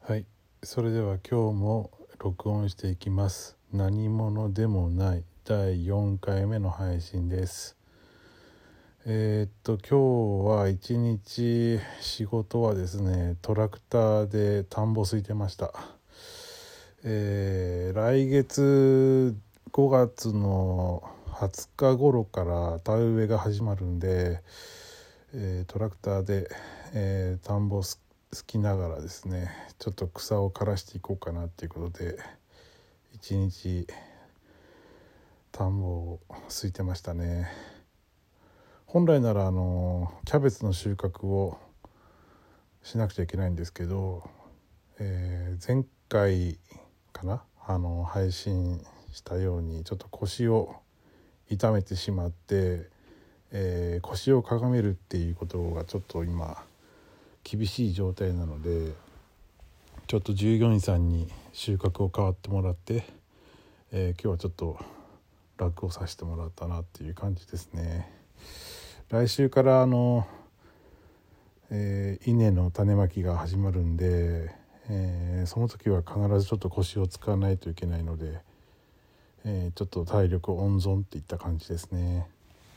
はい、それでは今日も録音していきます。何者でもない第4回目の配信です。今日は一日仕事はですね、トラクターで田んぼすいてました。来月5月の20日頃から田植えが始まるんで、トラクターで、田んぼすきながらですね、ちょっと草を枯らしていこうかなっていうことで一日田んぼをすいてましたね。本来ならキャベツの収穫をしなくちゃいけないんですけど、前回かな配信したようにちょっと腰を痛めてしまって、腰をかがめるっていうことがちょっと今厳しい状態なので、ちょっと従業員さんに収穫を代わってもらって、今日はちょっと楽をさせてもらったなっていう感じですね。来週から稲の種まきが始まるんで、その時は必ずちょっと腰を使わないといけないので、ちょっと体力温存っていった感じですね。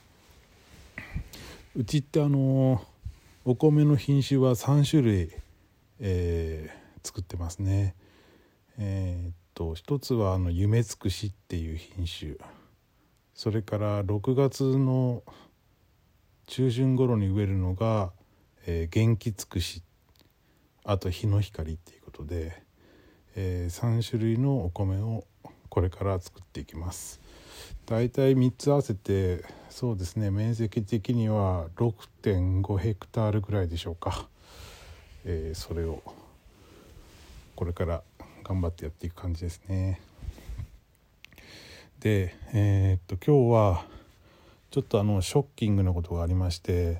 うちってお米の品種は3種類、作ってますね。一つは夢つくしっていう品種、それから6月の中旬頃に植えるのが、元気つくし、あと日の光っていうことで、3種類のお米をこれから作っていきます。だいたい3つ合わせてそうですね、面積的には 6.5 ヘクタールぐらいでしょうか。それをこれから頑張ってやっていく感じですね。で、今日はちょっとショッキングなことがありまして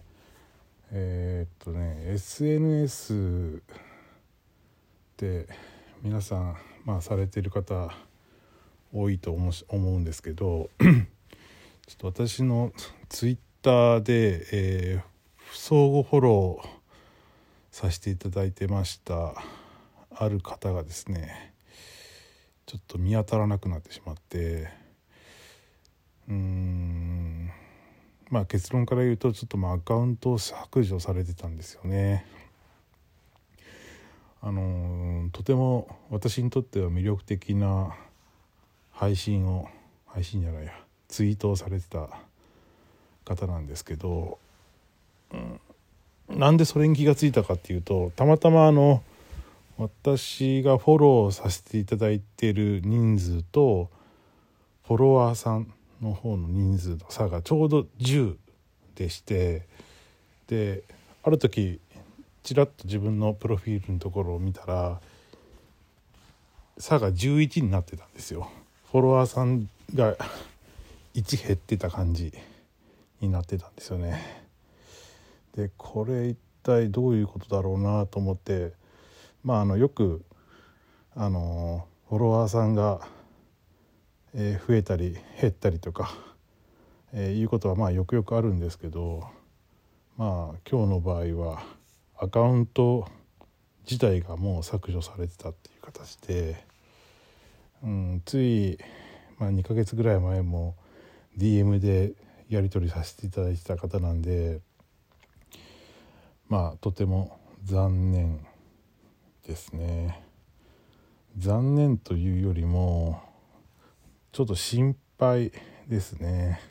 、SNS で皆さんされてる方多いと思うんですけどちょっと私のツイッターで、相互フォローさせていただいてましたある方がですね、ちょっと見当たらなくなってしまって、結論から言うとちょっとアカウントを削除されてたんですよね。とても私にとっては魅力的なツイートをされてた方なんですけど、なんでそれに気がついたかっていうと、たまたま私がフォローさせていただいている人数とフォロワーさんの方の人数の差がちょうど10でして、である時ちらっと自分のプロフィールのところを見たら差が11になってたんですよ。フォロワーさんが1減ってた感じになってたんですよね。でこれ一体どういうことだろうなと思って、よくフォロワーさんが、増えたり減ったりとか、いうことはよくよくあるんですけど、今日の場合はアカウント自体がもう削除されてたっていう形で、つい、2ヶ月ぐらい前も DM でやり取りさせていただいてた方なんで、とても残念ですね。残念というよりもちょっと心配ですね。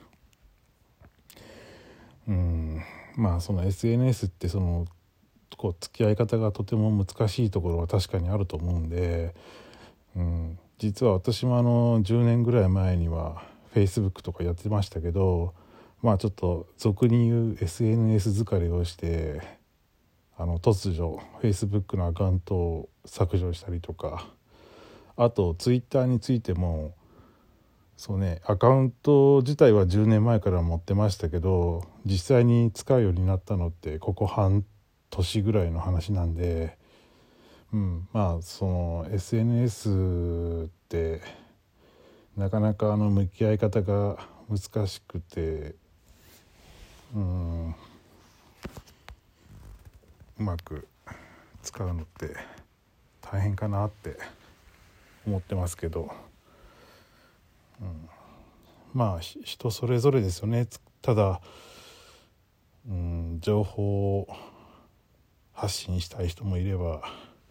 その SNS って付き合い方がとても難しいところは確かにあると思うんで、実は私も10年ぐらい前には Facebook とかやってましたけど、ちょっと俗に言う SNS 疲れをして突如 Facebook のアカウントを削除したりとか、あと Twitter についてもアカウント自体は10年前から持ってましたけど、実際に使うようになったのってここ半年ぐらいの話なんで、その SNS ってなかなか向き合い方が難しくて、うまく使うのって大変かなって思ってますけど、まあ人それぞれですよね。ただ、情報を発信したい人もいれば、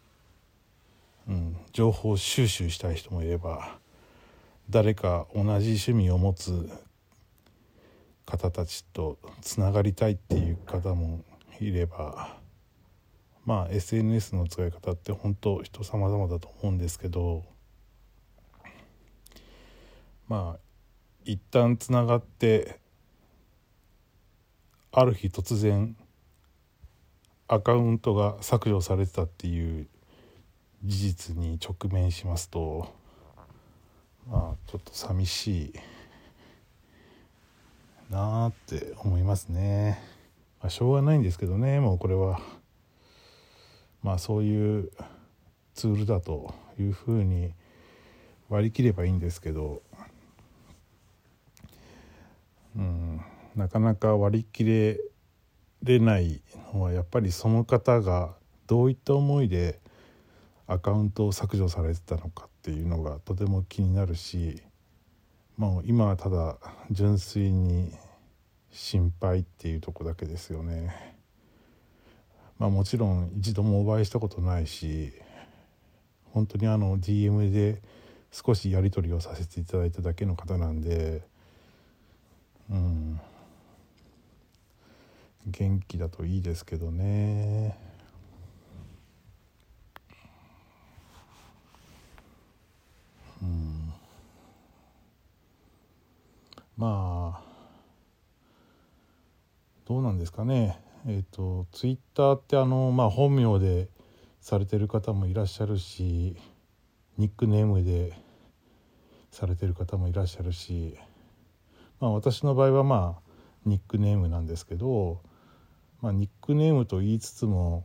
情報収集したい人もいれば、誰か同じ趣味を持つ方たちとつながりたいっていう方もいれば、SNS の使い方って本当人様々だと思うんですけど、一旦つながってある日突然アカウントが削除されてたっていう事実に直面しますと、ちょっと寂しいなーって思いますね。しょうがないんですけどね、もうこれはそういうツールだというふうに割り切ればいいんですけど、なかなか割り切れないのはやっぱりその方がどういった思いでアカウントを削除されてたのかっていうのがとても気になるし、今はただ純粋に心配っていうとこだけですよね。もちろん一度もお会いしたことないし、本当にDM で少しやり取りをさせていただいただけの方なんで、元気だといいですけどね。どうなんですかね。ツイッターって本名でされてる方もいらっしゃるし、ニックネームでされてる方もいらっしゃるし、私の場合はニックネームなんですけど、ニックネームと言いつつも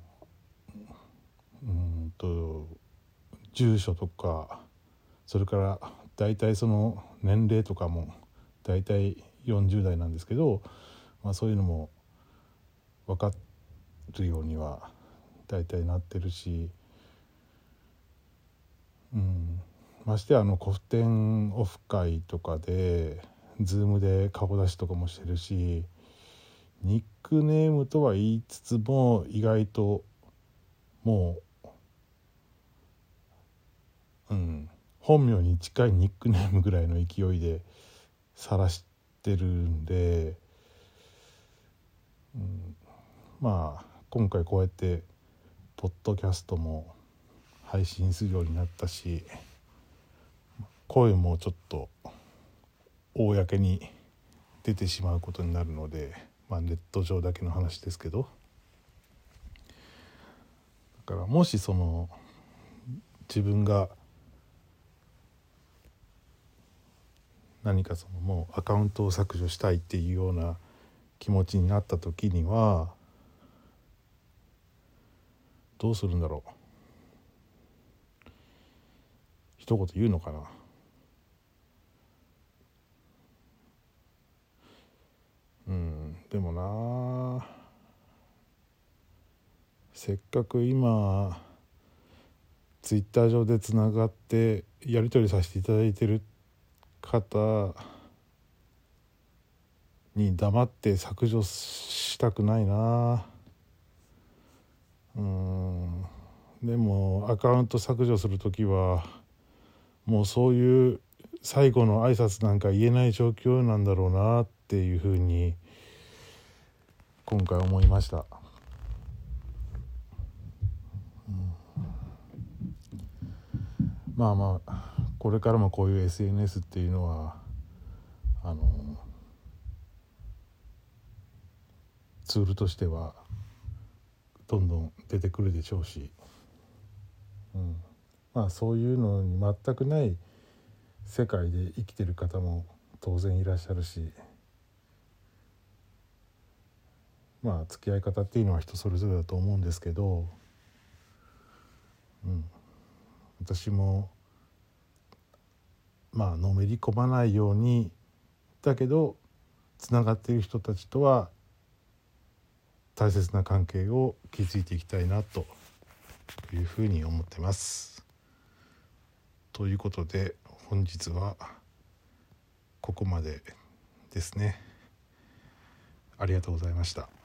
住所とか、それから大体その年齢とかも大体40代なんですけど、そういうのも分かるようには大体なってるし、まして古典オフ会とかでズームで顔出しとかもしてるし、ニックネームとは言いつつも意外ともう、本名に近いニックネームぐらいの勢いで晒してるんで、今回こうやってポッドキャストも配信するようになったし、声もちょっと公に出てしまうことになるので、ネット上だけの話ですけど、だからもしその自分が何かもうアカウントを削除したいっていうような気持ちになった時にはどうするんだろう。一言言うのかな。でもな、せっかく今ツイッター上でつながってやり取りさせていただいてる方に黙って削除したくないな。でもアカウント削除するときはもうそういう最後の挨拶なんか言えない状況なんだろうなっていうふうに今回思いました。これからもこういう SNS っていうのはツールとしてはどんどん出てくるでしょうし、そういうのに全くない世界で生きてる方も当然いらっしゃるし、付き合い方っていうのは人それぞれだと思うんですけど、私ものめり込まないようにだけどつながっている人たちとは大切な関係を築いていきたいなとというふうに思ってます。ということで本日はここまでですね。ありがとうございました。